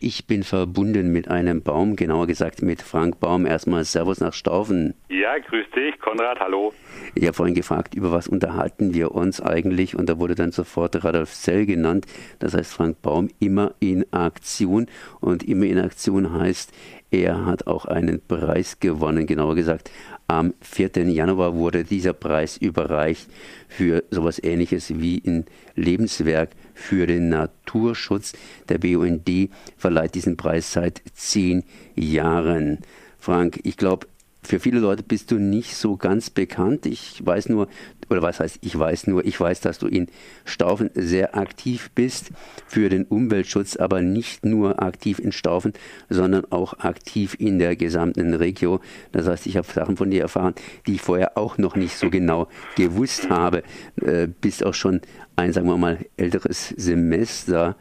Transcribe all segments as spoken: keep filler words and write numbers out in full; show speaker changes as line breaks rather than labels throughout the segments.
Ich bin verbunden mit einem Baum, genauer gesagt mit Frank Baum. Erstmal Servus nach Staufen.
Ja, grüß dich, Konrad, hallo.
Ich habe vorhin gefragt, über was unterhalten wir uns eigentlich? Und da wurde dann sofort Radolf Zell genannt. Das heißt, Frank Baum immer in Aktion. Und immer in Aktion heißt, er hat auch einen Preis gewonnen, genauer gesagt. Am vierten Januar wurde dieser Preis überreicht für sowas Ähnliches wie ein Lebenswerk für den Naturschutz. Der B U N D verleiht diesen Preis seit zehn Jahren. Frank, ich glaube, für viele Leute bist du nicht so ganz bekannt. Ich weiß nur, oder was heißt, ich weiß nur, ich weiß, dass du in Staufen sehr aktiv bist für den Umweltschutz, aber nicht nur aktiv in Staufen, sondern auch aktiv in der gesamten Region. Das heißt, ich habe Sachen von dir erfahren, die ich vorher auch noch nicht so genau gewusst habe. Äh, bist auch schon ein, sagen wir mal, älteres Semester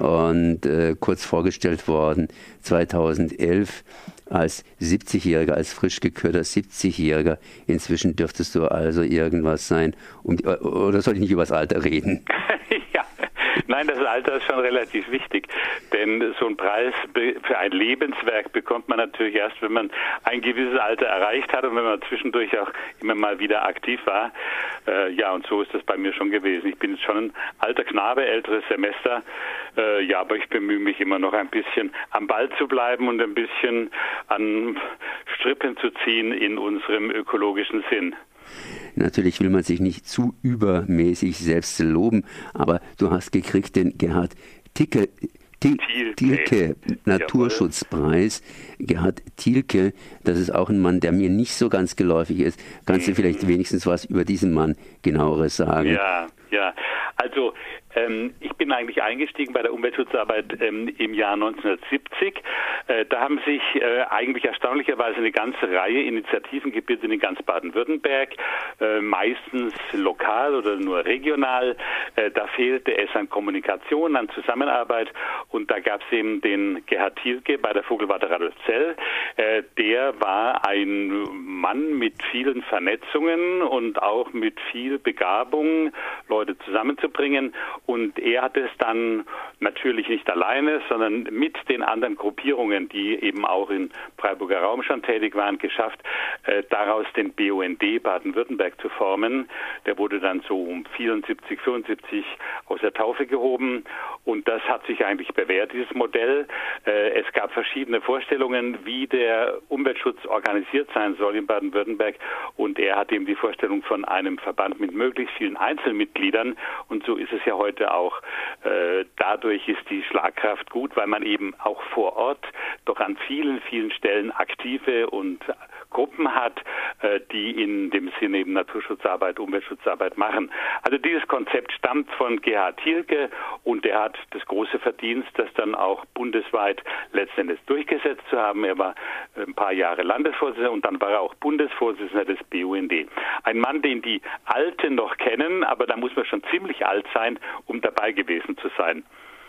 und äh, kurz vorgestellt worden, zweitausendelf. Als siebzigjähriger, als frisch gekürter siebzigjähriger. Inzwischen dürftest du also irgendwas sein. Um, oder soll ich nicht über das Alter reden?
Ja, nein, das Alter ist schon relativ wichtig. Denn so ein Preis für ein Lebenswerk bekommt man natürlich erst, wenn man ein gewisses Alter erreicht hat und wenn man zwischendurch auch immer mal wieder aktiv war. Äh, ja, und so ist das bei mir schon gewesen. Ich bin jetzt schon ein alter Knabe, älteres Semester. Äh, ja, aber ich bemühe mich immer noch ein bisschen am Ball zu bleiben und ein bisschen an Strippen zu ziehen in unserem ökologischen Sinn.
Natürlich will man sich nicht zu übermäßig selbst loben, aber du hast gekriegt den Gerhard Ticke, Thielke, Thielke Naturschutzpreis. Gerhard Thielke, das ist auch ein Mann, der mir nicht so ganz geläufig ist. Kannst du vielleicht wenigstens was über diesen Mann genaueres sagen?
Ja, ja. Also ähm, ich bin eigentlich eingestiegen bei der Umweltschutzarbeit ähm, im Jahr neunzehnhundertsiebzig. Äh, da haben sich äh, eigentlich erstaunlicherweise eine ganze Reihe Initiativen gebildet in ganz Baden-Württemberg, äh, meistens lokal oder nur regional. Äh, da fehlte es an Kommunikation, an Zusammenarbeit und da gab es eben den Gerhard Thielke bei der Vogelwarte Radolf Zell. Äh, der war ein Mann mit vielen Vernetzungen und auch mit viel Begabung, Leute zusammenzubringen. Und er hat es dann natürlich nicht alleine, sondern mit den anderen Gruppierungen, die eben auch im Freiburger Raum schon tätig waren, geschafft, äh, daraus den B U N D Baden-Württemberg zu formen. Der wurde dann so um vierundsiebzig, fünfundsiebzig aus der Taufe gehoben. Und das hat sich eigentlich bewährt, dieses Modell. Äh, es gab verschiedene Vorstellungen, wie der Umweltschutz organisiert sein soll in Baden-Württemberg. Und er hat eben die Vorstellung von einem Verband mit möglichst vielen Einzelmitgliedern. Und so ist es ja heute auch. Äh, dadurch ist die Schlagkraft gut, weil man eben auch vor Ort doch an vielen, vielen Stellen aktive und Gruppen hat, äh, die in dem Sinne eben Naturschutzarbeit, Umweltschutzarbeit machen. Also dieses Konzept stammt von Gerhard Thielke und er hat das große Verdienst, das dann auch bundesweit letztendlich durchgesetzt zu haben. Er war ein paar Jahre Landesvorsitzender und dann war er auch Bundesvorsitzender des B U N D. Ein Mann, den die Alten noch kennen, aber da muss man schon ziemlich alt sein, um dabei gewesen zu sein.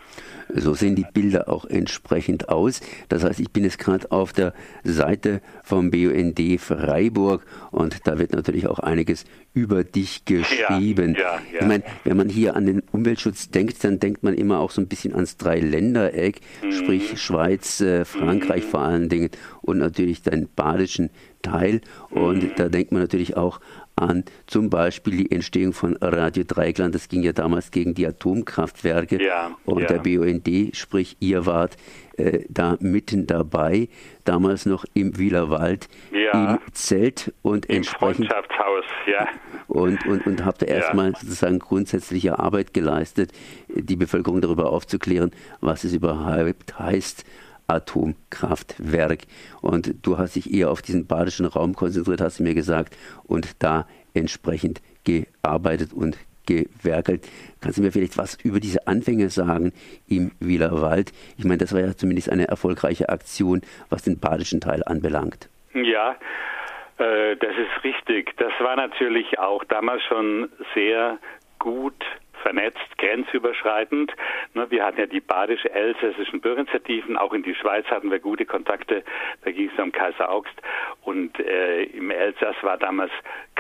So sehen die Bilder auch entsprechend aus. Das heißt, ich bin jetzt gerade auf der Seite vom B U N D Freiburg und da wird natürlich auch einiges über dich geschrieben.
Ja, ja, ja.
Ich meine, wenn man hier an den Umweltschutz denkt, dann denkt man immer auch so ein bisschen ans Dreiländereck, mhm. sprich Schweiz, äh, Frankreich mhm. vor allen Dingen und natürlich den badischen Teil. Und mhm. da denkt man natürlich auch an zum Beispiel die Entstehung von Radio Dreieckland. Das ging ja damals gegen die Atomkraftwerke.
Ja,
und
ja.
der B U N D, sprich ihr wart äh, da mitten dabei, damals noch im Wielerwald,
ja.
im Zelt und
Im
entsprechend
Freundschaftshaus, ja.
Und, und, und habt ihr
ja.
erstmal sozusagen grundsätzliche Arbeit geleistet, die Bevölkerung darüber aufzuklären, was es überhaupt heißt, Atomkraftwerk. Und du hast dich eher auf diesen badischen Raum konzentriert, hast du mir gesagt, und da entsprechend gearbeitet und gewerkelt. Kannst du mir vielleicht was über diese Anfänge sagen im Wielerwald? Ich meine, das war ja zumindest eine erfolgreiche Aktion, was den badischen Teil anbelangt.
Ja, äh, das ist richtig. Das war natürlich auch damals schon sehr gut vernetzt, grenzüberschreitend. Wir hatten ja die badisch-elsässischen Bürgerinitiativen, auch in die Schweiz hatten wir gute Kontakte, da ging es um Kaiser Augst und äh, im Elsass war damals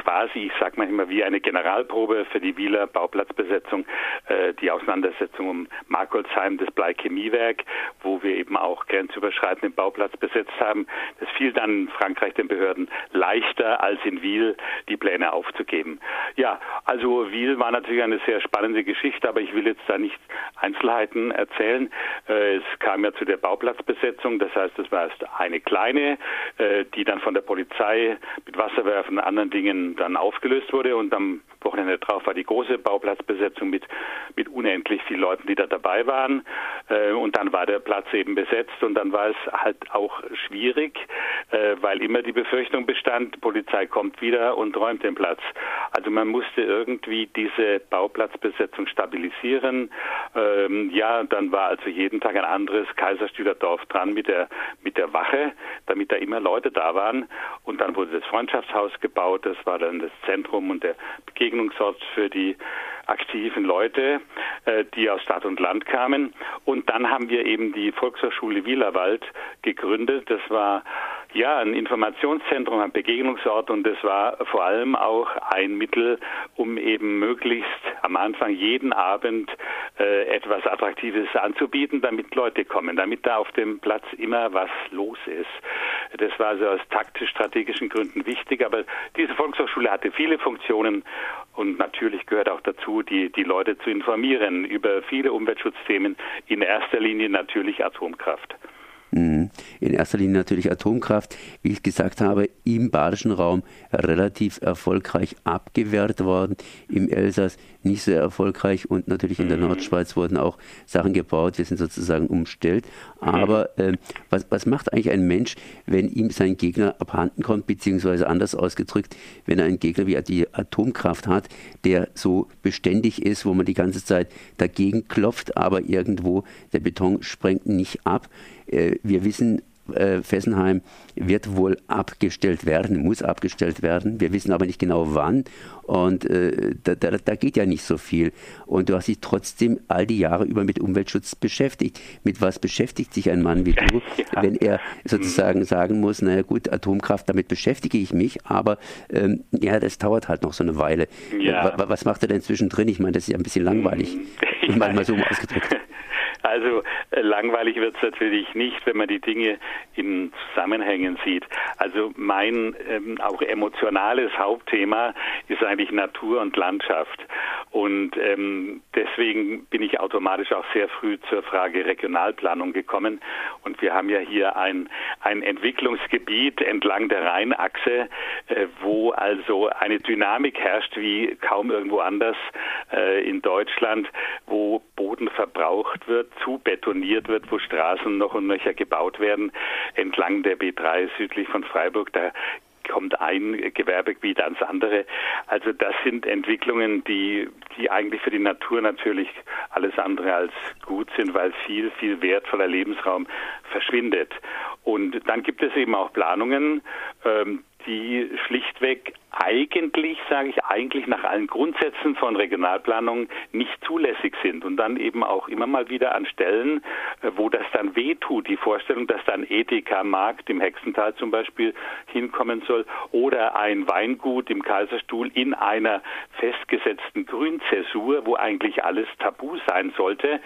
quasi, ich sage manchmal, wie eine Generalprobe für die Wieler Bauplatzbesetzung, äh, die Auseinandersetzung um Markolsheim, das Bleichemiewerk, wo wir eben auch grenzüberschreitend den Bauplatz besetzt haben. Das fiel dann in Frankreich den Behörden leichter als in Wiel, die Pläne aufzugeben. Ja, also Wiel war natürlich eine sehr spannende Geschichte, aber ich will jetzt da nicht Einzelheiten erzählen. Äh, es kam ja zu der Bauplatzbesetzung, das heißt, es war erst eine kleine, äh, die dann von der Polizei mit Wasserwerfen und anderen Dingen dann aufgelöst wurde, und am Wochenende drauf war die große Bauplatzbesetzung mit, mit unendlich vielen Leuten, die da dabei waren, äh, und dann war der Platz eben besetzt, und dann war es halt auch schwierig, äh, weil immer die Befürchtung bestand, die Polizei kommt wieder und räumt den Platz. Also man musste irgendwie diese Bauplatzbesetzung stabilisieren. Ähm, ja, dann war also jeden Tag ein anderes Kaiserstühler Dorf dran mit der, mit der Wache, damit da immer Leute da waren, und dann wurde das Freundschaftshaus gebaut, das war dann das Zentrum und der Begegnungsort für die aktiven Leute, äh, die aus Stadt und Land kamen. Und dann haben wir eben die Volkshochschule Wielerwald gegründet. Das war ja ein Informationszentrum, ein Begegnungsort, und das war vor allem auch ein Mittel, um eben möglichst am Anfang jeden Abend äh, etwas Attraktives anzubieten, damit Leute kommen, damit da auf dem Platz immer was los ist. Das war also aus taktisch-strategischen Gründen wichtig, aber diese Volkshochschule hatte viele Funktionen, und natürlich gehört auch dazu, die, die Leute zu informieren über viele Umweltschutzthemen, in erster Linie natürlich Atomkraft.
In erster Linie natürlich Atomkraft, wie ich gesagt habe, im badischen Raum relativ erfolgreich abgewehrt worden, im Elsass nicht so erfolgreich, und natürlich in der Nordschweiz wurden auch Sachen gebaut, wir sind sozusagen umstellt. Aber äh, was, was macht eigentlich ein Mensch, wenn ihm sein Gegner abhanden kommt, beziehungsweise anders ausgedrückt, wenn er einen Gegner wie die Atomkraft hat, der so beständig ist, wo man die ganze Zeit dagegen klopft, aber irgendwo der Beton sprengt nicht ab. Äh, wir wissen, äh, Fessenheim wird wohl abgestellt werden, muss abgestellt werden. Wir wissen aber nicht genau wann, und äh, da, da, da geht ja nicht so viel. Und du hast dich trotzdem all die Jahre über mit Umweltschutz beschäftigt. Mit was beschäftigt sich ein Mann wie du, ja, wenn er sozusagen sagen muss, naja gut, Atomkraft, damit beschäftige ich mich, aber ähm, ja, das dauert halt noch so eine Weile. Ja. Was macht er denn zwischendrin? Ich meine, das ist ja ein bisschen langweilig, ja. Mal so ausgedrückt.
Also äh, langweilig wird es natürlich nicht, wenn man die Dinge in Zusammenhängen sieht. Also mein ähm, auch emotionales Hauptthema ist eigentlich Natur und Landschaft. Und ähm, deswegen bin ich automatisch auch sehr früh zur Frage Regionalplanung gekommen. Und wir haben ja hier ein, ein Entwicklungsgebiet entlang der Rheinachse, äh, wo also eine Dynamik herrscht wie kaum irgendwo anders äh, in Deutschland, wo Boden verbraucht wird, zu betoniert wird, wo Straßen noch und nöcher gebaut werden, entlang der B drei südlich von Freiburg. Da kommt ein Gewerbegebiet ans andere. Also das sind Entwicklungen, die, die eigentlich für die Natur natürlich alles andere als gut sind, weil viel, viel wertvoller Lebensraum verschwindet. Und dann gibt es eben auch Planungen, ähm, die schlichtweg eigentlich, sage ich, eigentlich nach allen Grundsätzen von Regionalplanung nicht zulässig sind, und dann eben auch immer mal wieder an Stellen, wo das dann wehtut, die Vorstellung, dass da ein Edeka-Markt im Hexental zum Beispiel hinkommen soll oder ein Weingut im Kaiserstuhl in einer festgesetzten Grünzäsur, wo eigentlich alles tabu sein sollte.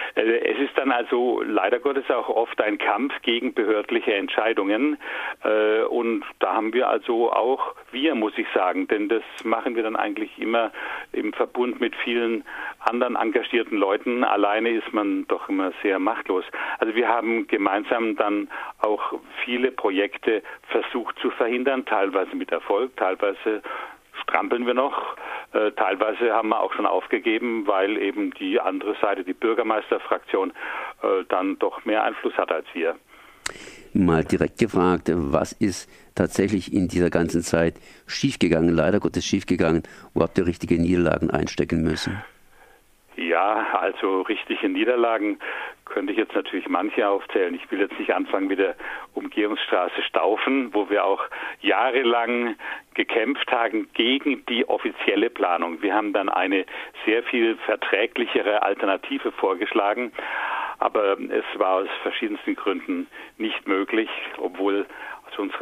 Es ist dann also leider Gottes auch oft ein Kampf gegen behördliche Entscheidungen, und da haben wir also auch, wir muss ich sagen, denn das machen wir dann eigentlich immer im Verbund mit vielen anderen engagierten Leuten. Alleine ist man doch immer sehr machtlos. Also wir haben gemeinsam dann auch viele Projekte versucht zu verhindern, teilweise mit Erfolg, teilweise strampeln wir noch, äh, teilweise haben wir auch schon aufgegeben, weil eben die andere Seite, die Bürgermeisterfraktion, äh, dann doch mehr Einfluss hat als wir.
Mal direkt gefragt, was ist tatsächlich in dieser ganzen Zeit schiefgegangen, leider Gottes schiefgegangen? Wo habt ihr richtige Niederlagen einstecken müssen?
Ja, also richtige Niederlagen könnte ich jetzt natürlich manche aufzählen. Ich will jetzt nicht anfangen mit der Umgehungsstraße Staufen, wo wir auch jahrelang gekämpft haben gegen die offizielle Planung. Wir haben dann eine sehr viel verträglichere Alternative vorgeschlagen, aber es war aus verschiedensten Gründen nicht möglich, obwohl aus unserer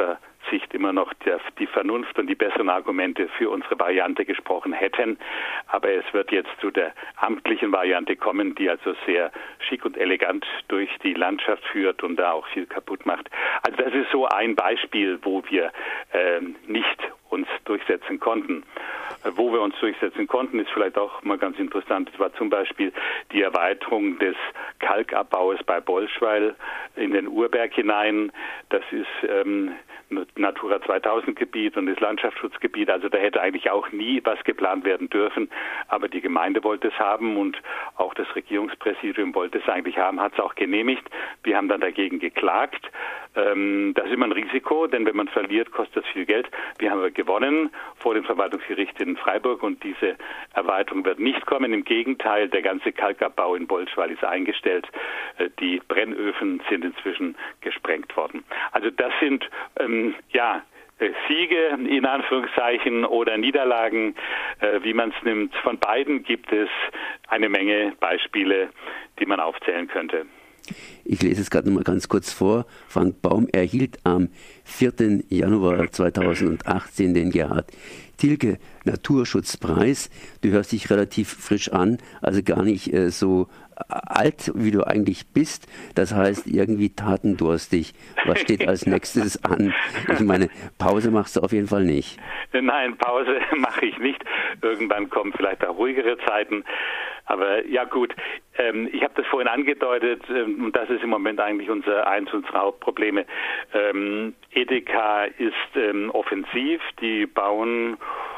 Sicht immer noch der, die Vernunft und die besseren Argumente für unsere Variante gesprochen hätten. Aber es wird jetzt zu der amtlichen Variante kommen, die also sehr schick und elegant durch die Landschaft führt und da auch viel kaputt macht. Also das ist so ein Beispiel, wo wir äh, nicht uns durchsetzen konnten. Wo wir uns durchsetzen konnten, ist vielleicht auch mal ganz interessant. Das war zum Beispiel die Erweiterung des Kalkabbaus bei Bolschweil in den Urberg hinein. Das ist ähm, Natura zweitausend Gebiet und das Landschaftsschutzgebiet. Also da hätte eigentlich auch nie was geplant werden dürfen. Aber die Gemeinde wollte es haben und auch das Regierungspräsidium wollte es eigentlich haben, hat es auch genehmigt. Wir haben dann dagegen geklagt. Ähm, das ist immer ein Risiko, denn wenn man verliert, kostet das viel Geld. Wir haben aber gewonnen vor dem Verwaltungsgericht in Freiburg und diese Erweiterung wird nicht kommen. Im Gegenteil, der ganze Kalkabbau in Bolschweil ist eingestellt. Äh, die Brennöfen sind inzwischen gesprengt worden. Also das sind ähm, ja Siege in Anführungszeichen oder Niederlagen, äh, wie man es nimmt. Von beiden gibt es eine Menge Beispiele, die man aufzählen könnte.
Ich lese es gerade noch mal ganz kurz vor. Frank Baum erhielt am vierten Januar zweitausendachtzehn den Gerhard Thielke Naturschutzpreis. Du hörst dich relativ frisch an, also gar nicht äh, so alt, wie du eigentlich bist. Das heißt, irgendwie tatendurstig. Was steht als nächstes an? Ich meine, Pause machst du auf jeden Fall nicht.
Nein, Pause mache ich nicht. Irgendwann kommen vielleicht auch ruhigere Zeiten. Aber ja gut, ähm, ich habe das vorhin angedeutet, ähm, und das ist im Moment eigentlich unser eins unserer Hauptprobleme. Ähm, Edeka ist ähm, offensiv, die bauen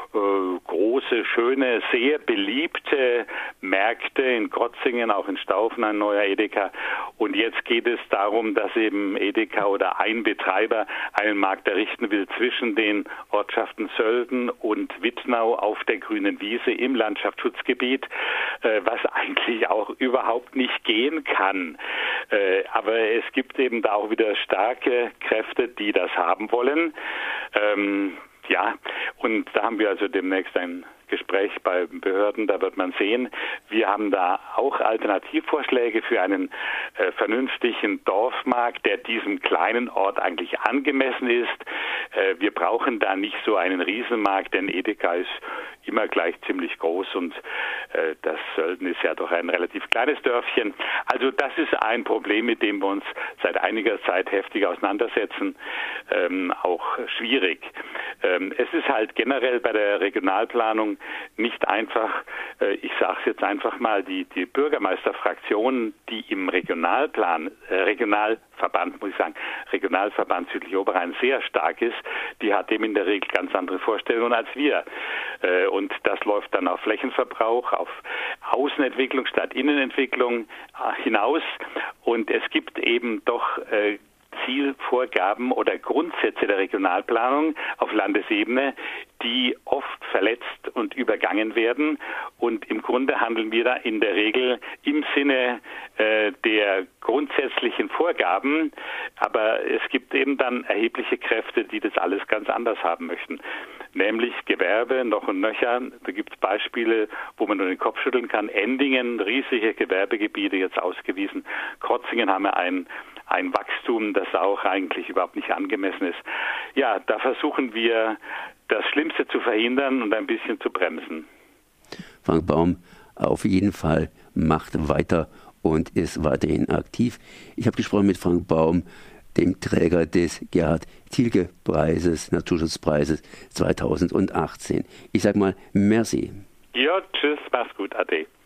große, schöne, sehr beliebte Märkte in Krotzingen, auch in Staufen ein neuer Edeka. Und jetzt geht es darum, dass eben Edeka oder ein Betreiber einen Markt errichten will zwischen den Ortschaften Sölden und Wittnau auf der grünen Wiese im Landschaftsschutzgebiet, was eigentlich auch überhaupt nicht gehen kann. Aber es gibt eben da auch wieder starke Kräfte, die das haben wollen. Ja, und da haben wir also demnächst ein Gespräch bei Behörden, da wird man sehen. Wir haben da auch Alternativvorschläge für einen äh, vernünftigen Dorfmarkt, der diesem kleinen Ort eigentlich angemessen ist. Äh, wir brauchen da nicht so einen Riesenmarkt, denn Edeka ist immer gleich ziemlich groß und äh, das Sölden ist ja doch ein relativ kleines Dörfchen. Also das ist ein Problem, mit dem wir uns seit einiger Zeit heftig auseinandersetzen, ähm, auch schwierig. Ähm, es ist halt generell bei der Regionalplanung nicht einfach, äh, ich sage es jetzt einfach mal, die, die Bürgermeisterfraktion, die im Regionalplan, äh, Regionalverband, muss ich sagen, Regionalverband Südliche Oberrhein sehr stark ist, die hat dem in der Regel ganz andere Vorstellungen als wir. Äh, und das läuft dann auf Flächenverbrauch, auf Außenentwicklung statt Innenentwicklung äh, hinaus. Und es gibt eben doch äh, Zielvorgaben oder Grundsätze der Regionalplanung auf Landesebene, die oft verletzt und übergangen werden. Und im Grunde handeln wir da in der Regel im Sinne äh, der grundsätzlichen Vorgaben. Aber es gibt eben dann erhebliche Kräfte, die das alles ganz anders haben möchten. Nämlich Gewerbe noch und nöcher. Da gibt es Beispiele, wo man nur den Kopf schütteln kann. Endingen, riesige Gewerbegebiete jetzt ausgewiesen. Krotzingen haben wir ein ein Wachstum, das auch eigentlich überhaupt nicht angemessen ist. Ja, da versuchen wir, das Schlimmste zu verhindern und ein bisschen zu bremsen.
Frank Baum, auf jeden Fall macht weiter und ist weiterhin aktiv. Ich habe gesprochen mit Frank Baum, dem Träger des Gerhard Thielke Preises, Naturschutzpreises zweitausendachtzehn. Ich sage mal, merci.
Ja, tschüss, mach's gut, ade.